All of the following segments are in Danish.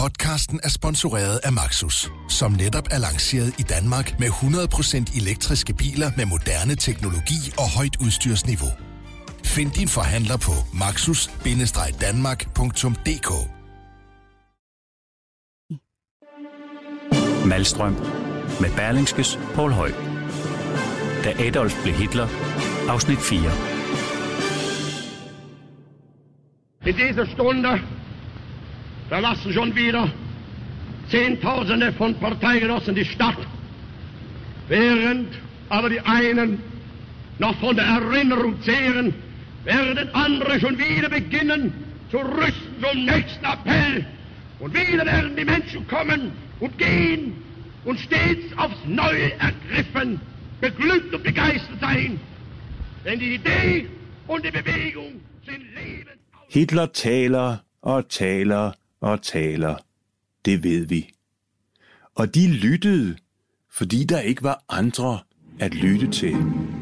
Podcasten er sponsoreret af Maxus, som netop er lanceret i Danmark med 100% elektriske biler med moderne teknologi og højt udstyrsniveau. Find din forhandler på maxus-danmark.dk. Malmstrøm med Berlingskes Poul Høj. Da Adolf blev Hitler, afsnit 4. In dieser Stunde verlassen schon wieder Zehntausende von Parteigenossen die Stadt, während aber die einen noch von der Erinnerung zehren, werden andere schon wieder beginnen zu rüsten zum nächsten Appell. Und wieder werden die Menschen kommen und gehen und stets aufs Neue ergriffen, beglückt und begeistert sein. Denn die Idee und die Bewegung sind Leben. Hitler taler og taler og taler. Det ved vi. Og de lyttede, fordi der ikke var andre at lytte til.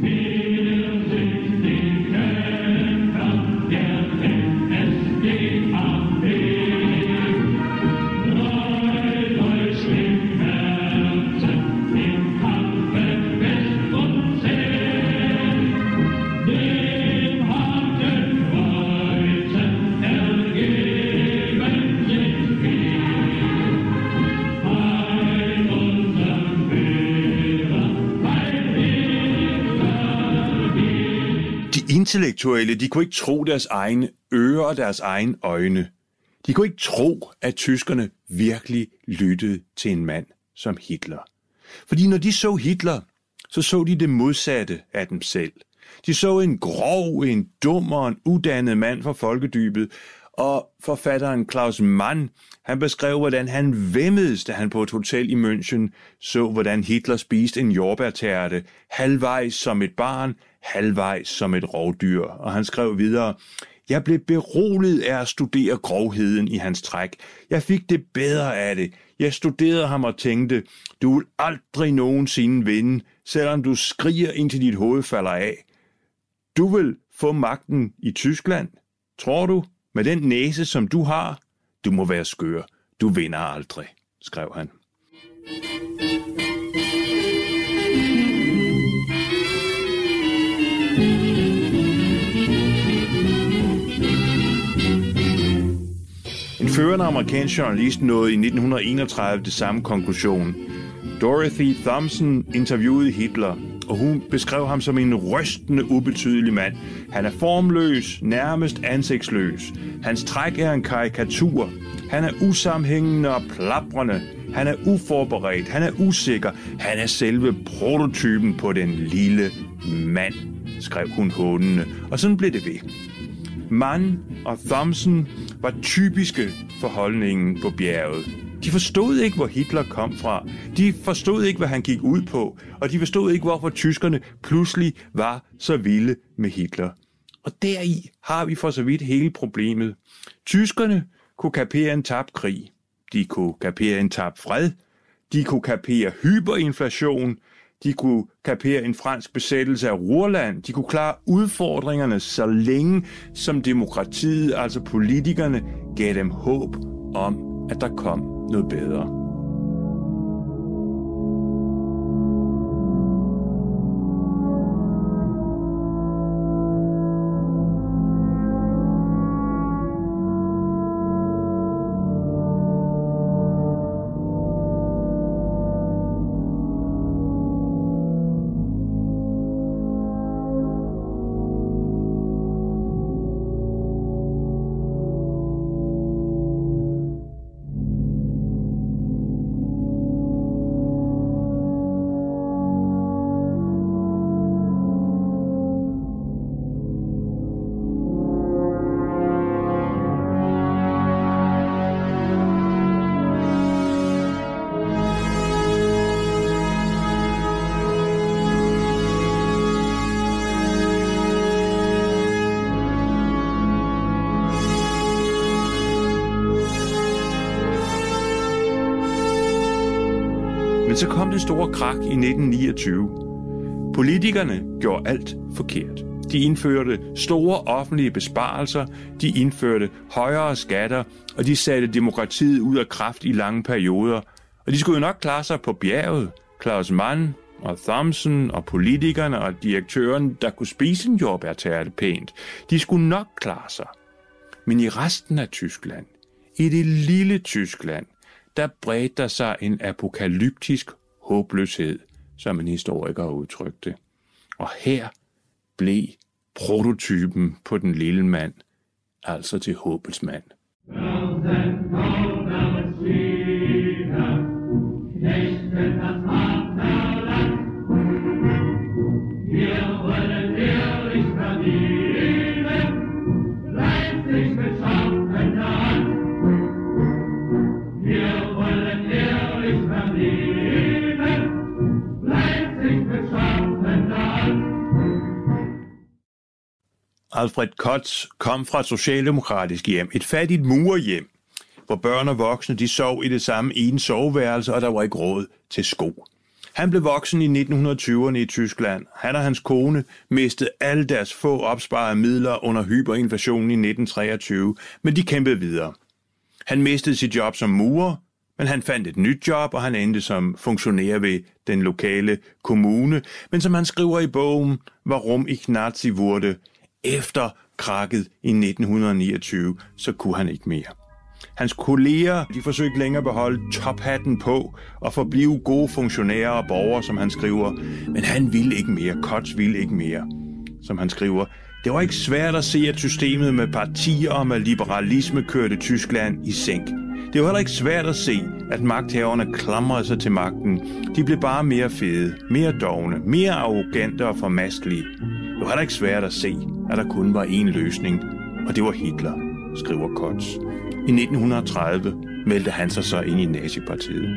Intellektuelle, de kunne ikke tro deres egne ører og deres egne øjne. De kunne ikke tro, at tyskerne virkelig lyttede til en mand som Hitler. Fordi når de så Hitler, så de det modsatte af dem selv. De så en grov, en dum og en uddannet mand fra folkedybet, og forfatteren Klaus Mann, han beskrev, hvordan han væmmedes, da han på et hotel i München så, hvordan Hitler spiste en jordbærtærte, halvvejs som et barn, halvvejs som et rovdyr. Og han skrev videre: Jeg blev beroliget af at studere grovheden i hans træk. Jeg fik det bedre af det. Jeg studerede ham og tænkte, du vil aldrig nogensinde vinde, selvom du skriger indtil dit hoved falder af. Du vil få magten i Tyskland, tror du? Med den næse, som du har, du må være skør. Du vinder aldrig, skrev han. En førende amerikansk journalist nåede i 1931 det samme konklusion. Dorothy Thompson interviewede Hitler, og hun beskrev ham som en rystende, ubetydelig mand. Han er formløs, nærmest ansigtsløs. Hans træk er en karikatur. Han er usammenhængende og plaprende. Han er uforberedt. Han er usikker. Han er selve prototypen på den lille mand, skrev hun hånende. Og sådan blev det ved. Mann og Thompson var typiske for holdningen på bjerget. De forstod ikke, hvor Hitler kom fra. De forstod ikke, hvad han gik ud på. Og de forstod ikke, hvorfor tyskerne pludselig var så vilde med Hitler. Og deri har vi for så vidt hele problemet. Tyskerne kunne kapere en tabt krig. De kunne kapere en tabt fred. De kunne kapere hyperinflation. De kunne kapere en fransk besættelse af Ruhrland. De kunne klare udfordringerne så længe, som demokratiet, altså politikerne, gav dem håb om, at der kom noget bedre. Men så kom det store krak i 1929. Politikerne gjorde alt forkert. De indførte store offentlige besparelser, de indførte højere skatter, og de satte demokratiet ud af kraft i lange perioder. Og de skulle jo nok klare sig på bjerget. Klaus Mann og Thomsen og politikerne og direktøren, der kunne spise en jordbærtærte pænt, de skulle nok klare sig. Men i resten af Tyskland, i det lille Tyskland, der bredte der sig en apokalyptisk håbløshed, som en historiker har udtrykt det. Og her blev prototypen på den lille mand, altså til håbets mand. Alfred Kotz kom fra et socialdemokratisk hjem, et fattigt murerhjem, hvor børn og voksne de sov i det samme ene soveværelse, og der var ikke råd til sko. Han blev voksen i 1920'erne i Tyskland. Han og hans kone mistede alle deres få opsparede midler under hyperinflationen i 1923, men de kæmpede videre. Han mistede sit job som murer, men han fandt et nyt job, og han endte som funktionær ved den lokale kommune. Men som han skriver i bogen, Warum ich Nazi wurde, efter krakket i 1929, så kunne han ikke mere. Hans kolleger, de forsøgte længere at beholde tophatten på og forblive gode funktionærer og borgere, som han skriver. Men han ville ikke mere. Kotz ville ikke mere, som han skriver. Det var ikke svært at se, at systemet med partier og med liberalisme kørte Tyskland i sænk. Det var heller ikke svært at se, at magthaverne klamrede sig til magten. De blev bare mere fede, mere dovne, mere arrogante og formaskelige. Det var heller ikke svært at se, at der kun var én løsning, og det var Hitler, skriver Kotz. I 1930 meldte han sig så ind i Nazipartiet.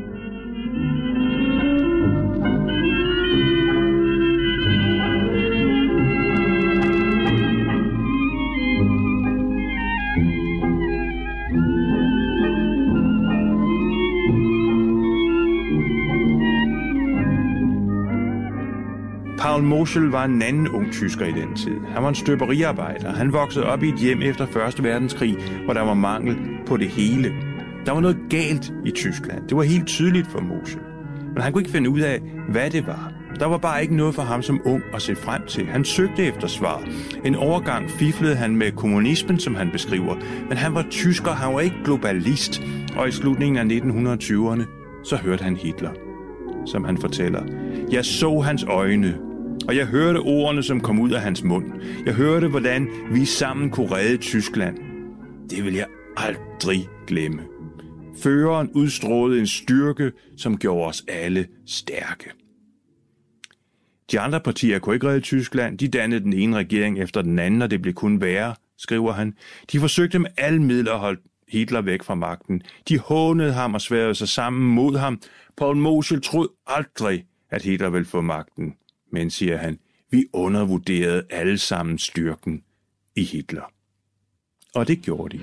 Paul Moschel var en anden ung tysker i den tid. Han var en støberiarbejder. Han voksede op i et hjem efter 1. verdenskrig, hvor der var mangel på det hele. Der var noget galt i Tyskland. Det var helt tydeligt for Moschel. Men han kunne ikke finde ud af, hvad det var. Der var bare ikke noget for ham som ung at se frem til. Han søgte efter svar. En overgang fiflede han med kommunismen, som han beskriver. Men han var tysker, han var ikke globalist. Og i slutningen af 1920'erne, så hørte han Hitler. Som han fortæller. Jeg så hans øjne, og jeg hørte ordene, som kom ud af hans mund. Jeg hørte, hvordan vi sammen kunne redde Tyskland. Det vil jeg aldrig glemme. Føreren udstrålede en styrke, som gjorde os alle stærke. De andre partier kunne ikke redde Tyskland. De dannede den ene regering efter den anden, og det blev kun værre, skriver han. De forsøgte med alle midler at holde Hitler væk fra magten. De hånede ham og sværede sig sammen mod ham. Paul Moschel troede aldrig, at Hitler ville få magten. Men, siger han, vi undervurderede alle sammen styrken i Hitler. Og det gjorde de.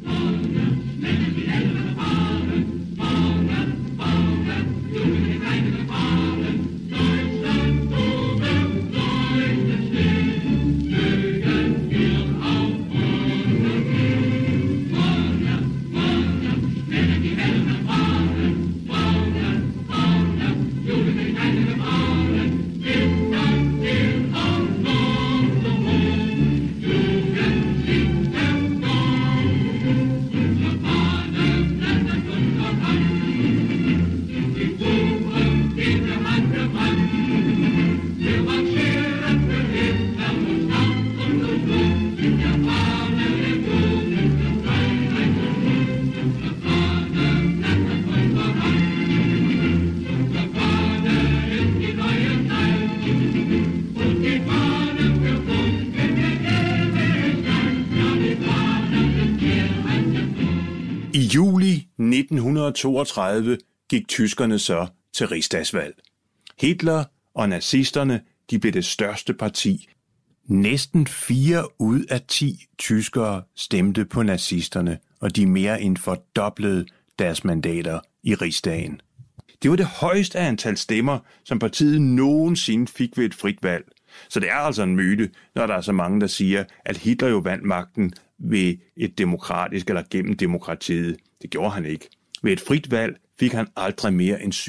I juli 1932 gik tyskerne så til rigsdagsvalg. Hitler og nazisterne, de blev det største parti. Næsten 4 ud af 10 tyskere stemte på nazisterne, og de mere end fordoblede deres mandater i rigsdagen. Det var det højeste antal stemmer, som partiet nogensinde fik ved et frit valg. Så det er altså en myte, når der er så mange, der siger, at Hitler jo vandt magten ved et demokratisk eller gennem demokratiet. Det gjorde han ikke. Ved et frit valg fik han aldrig mere end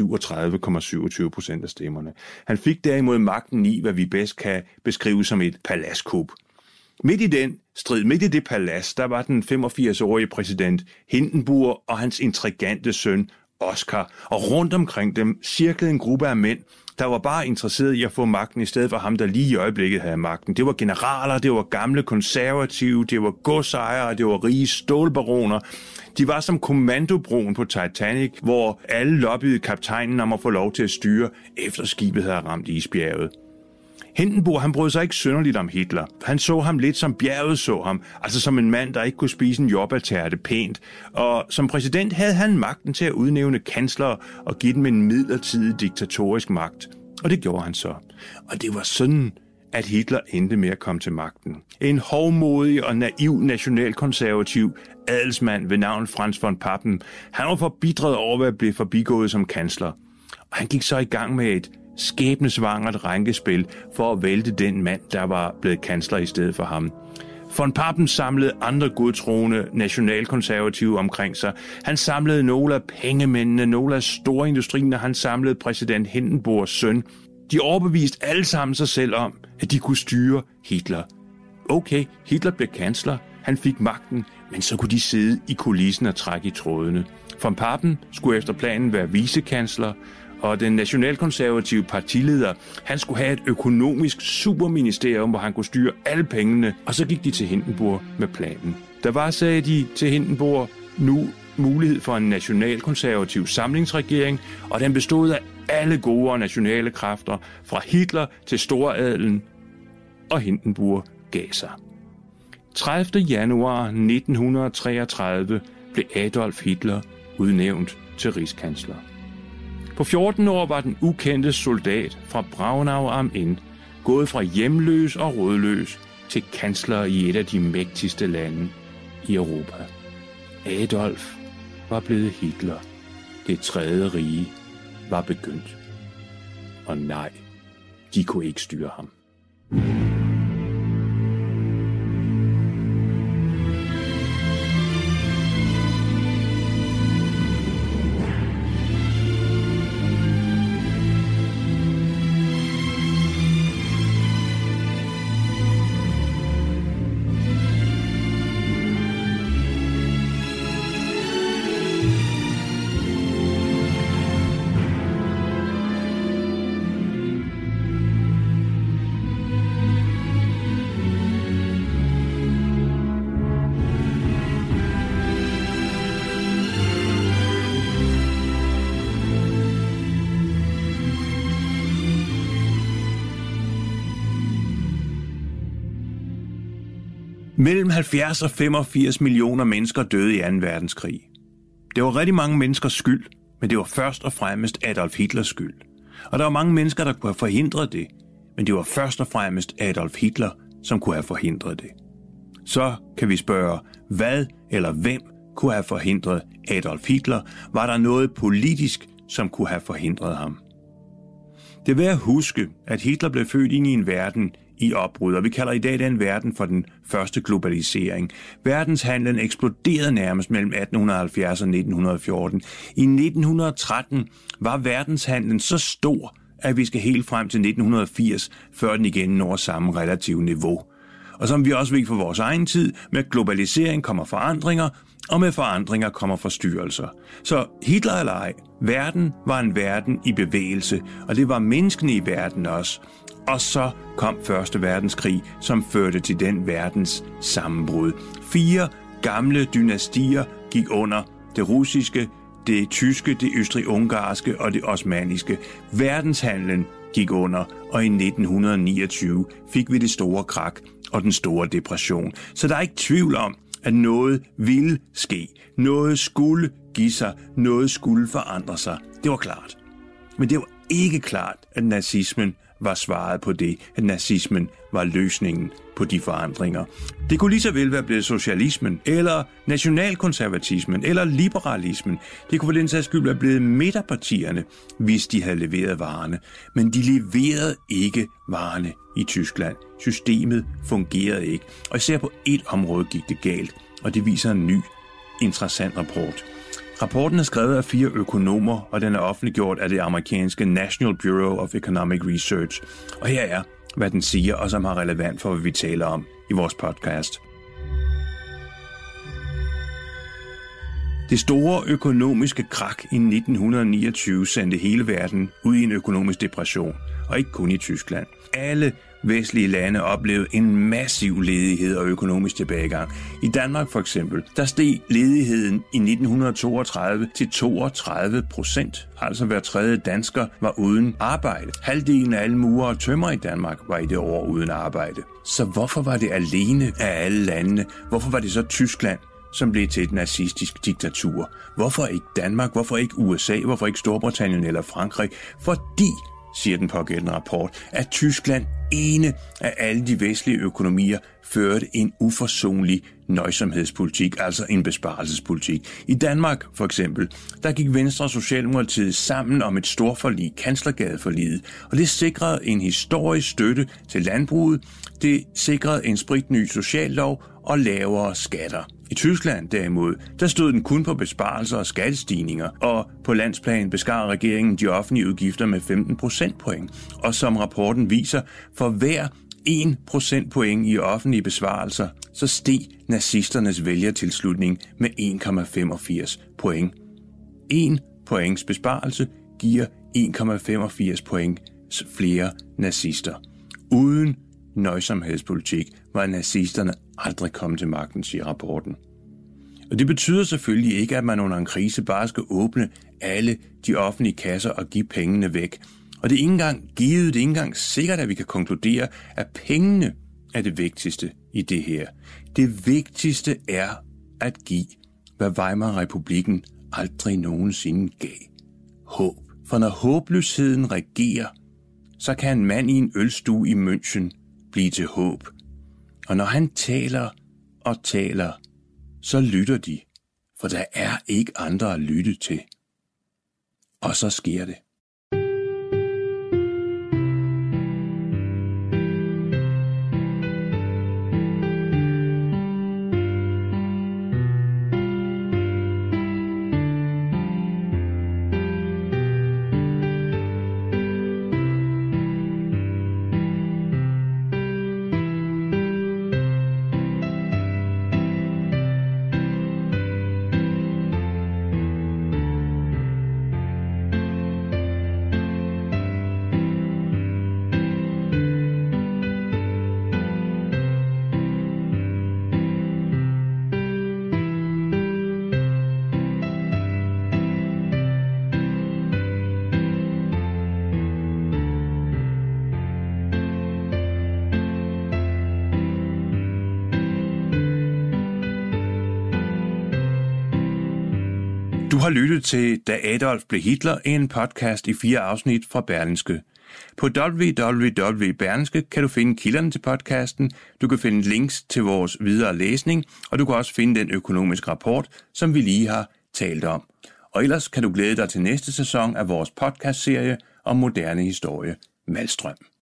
37,27% af stemmerne. Han fik derimod magten i, hvad vi bedst kan beskrive som et paladskup. Midt i den strid, midt i det palads, der var den 85-årige præsident Hindenburg og hans intrigante søn Oscar, og rundt omkring dem cirklede en gruppe af mænd, der var bare interesseret i at få magten i stedet for ham, der lige i øjeblikket havde magten. Det var generaler, det var gamle konservative, det var godsejere, det var rige stålbaroner. De var som kommandobroen på Titanic, hvor alle lobbyede kaptajnen om at få lov til at styre, efter skibet havde ramt isbjerget. Hindenburg, han brød sig ikke synderligt om Hitler. Han så ham lidt som bjerget så ham, altså som en mand, der ikke kunne spise en jordbærtærte pænt. Og som præsident havde han magten til at udnævne kansler og give dem en midlertidig diktatorisk magt. Og det gjorde han så. Og det var sådan, at Hitler endte med at komme til magten. En hovmodig og naiv nationalkonservativ adelsmand ved navn Franz von Papen. Han var forbitret over at blive forbigået som kansler. Og han gik så i gang med et skæbnesvangert rænkespil for at vælte den mand, der var blevet kansler i stedet for ham. Von Papen samlede andre godtroende nationalkonservative omkring sig. Han samlede nogle af pengemændene, nogle af storindustrien, og han samlede præsident Hindenburgs søn. De overbeviste alle sammen sig selv om, at de kunne styre Hitler. Okay, Hitler blev kansler, han fik magten, men så kunne de sidde i kulissen og trække i trådene. Von Papen skulle efter planen være vicekansler, og den nationalkonservative partileder, han skulle have et økonomisk superministerium, hvor han kunne styre alle pengene, og så gik de til Hindenburg med planen. Der var, sagde de til Hindenburg, nu mulighed for en nationalkonservativ samlingsregering, og den bestod af alle gode og nationale kræfter, fra Hitler til storadelen, og Hindenburg gav sig. 30. januar 1933 blev Adolf Hitler udnævnt til rigskansler. På 14 år var den ukendte soldat fra Braunau am Inn gået fra hjemløs og rådløs til kansler i et af de mægtigste lande i Europa. Adolf var blevet Hitler. Det tredje rige var begyndt. Og nej, de kunne ikke styre ham. Mellem 70 og 85 millioner mennesker døde i 2. verdenskrig. Det var rigtig mange menneskers skyld, men det var først og fremmest Adolf Hitlers skyld. Og der var mange mennesker, der kunne have forhindret det, men det var først og fremmest Adolf Hitler, som kunne have forhindret det. Så kan vi spørge, hvad eller hvem kunne have forhindret Adolf Hitler? Var der noget politisk, som kunne have forhindret ham? Det er værd at huske, at Hitler blev født ind i en verden i opbrud, og vi kalder i dag den verden for den første globalisering. Verdenshandlen eksploderede nærmest mellem 1870 og 1914. I 1913 var verdenshandlen så stor, at vi skal helt frem til 1980, før den igen når samme relative niveau. Og som vi også ved for vores egen tid, med globalisering kommer forandringer, og med forandringer kommer forstyrrelser. Så Hitler eller ej, verden var en verden i bevægelse, og det var menneskene i verden også. Og så kom 1. verdenskrig, som førte til den verdens sammenbrud. 4 gamle dynastier gik under: det russiske, det tyske, det østrig-ungarske og det osmanniske. Verdenshandlen gik under, og i 1929 fik vi det store krak og den store depression. Så der er ikke tvivl om, at noget ville ske. Noget skulle give sig. Noget skulle forandre sig. Det var klart. Men det var ikke klart, at nazismen var svaret på det, at nazismen var løsningen på de forandringer. Det kunne lige så vel være blevet socialismen, eller nationalkonservatismen, eller liberalismen. Det kunne for den sags skyld være blevet midterpartierne, hvis de havde leveret varerne. Men de leverede ikke varerne i Tyskland. Systemet fungerede ikke, og især på et område gik det galt, og det viser en ny, interessant rapport. Rapporten er skrevet af 4 økonomer, og den er offentliggjort af det amerikanske National Bureau of Economic Research. Og her er, hvad den siger, og som har relevant for, hvad vi taler om i vores podcast. Det store økonomiske krak i 1929 sendte hele verden ud i en økonomisk depression, og ikke kun i Tyskland. Alle vestlige lande oplevede en massiv ledighed og økonomisk tilbagegang. I Danmark for eksempel, der steg ledigheden i 1932 til 32%. Altså hver tredje dansker var uden arbejde. Halvdelen af alle murere og tømrer i Danmark var i det år uden arbejde. Så hvorfor var det alene af alle landene? Hvorfor var det så Tyskland, som blev til et nazistisk diktatur? Hvorfor ikke Danmark? Hvorfor ikke USA? Hvorfor ikke Storbritannien eller Frankrig? Fordi, siger den pågældende rapport, at Tyskland, ene af alle de vestlige økonomier, førte en uforsonlig nøjsomhedspolitik, altså en besparelsespolitik. I Danmark for eksempel, der gik Venstre og Socialdemokratiet sammen om et storforlig, Kanslergadeforliget, og det sikrede en historisk støtte til landbruget, det sikrede en spritny sociallov og lavere skatter. I Tyskland derimod, der stod den kun på besparelser og skattestigninger, og på landsplan beskar regeringen de offentlige udgifter med 15 procentpoint. Og som rapporten viser, for hver 1 procentpoint i offentlige besparelser, så steg nazisternes vælgertilslutning med 1,85 point. 1 points besparelse giver 1,85 point flere nazister. Uden nøjsomhedspolitik var nazisterne aldrig kommet til magten, siger rapporten. Og det betyder selvfølgelig ikke, at man under en krise bare skal åbne alle de offentlige kasser og give pengene væk. Og det er ikke engang givet, det er ikke engang sikkert, at vi kan konkludere, at pengene er det vigtigste i det her. Det vigtigste er at give, hvad Weimar-republikken aldrig nogensinde gav. Håb. For når håbløsheden regerer, så kan en mand i en ølstue i München blive til håb. Og når han taler og taler, så lytter de, for der er ikke andre at lytte til. Og så sker det. Du har lyttet til Da Adolf blev Hitler, en podcast i 4 afsnit fra Berlingske. På www.berlingske kan du finde kilderne til podcasten, du kan finde links til vores videre læsning, og du kan også finde den økonomiske rapport, som vi lige har talt om. Og ellers kan du glæde dig til næste sæson af vores podcastserie om moderne historie, Malmström.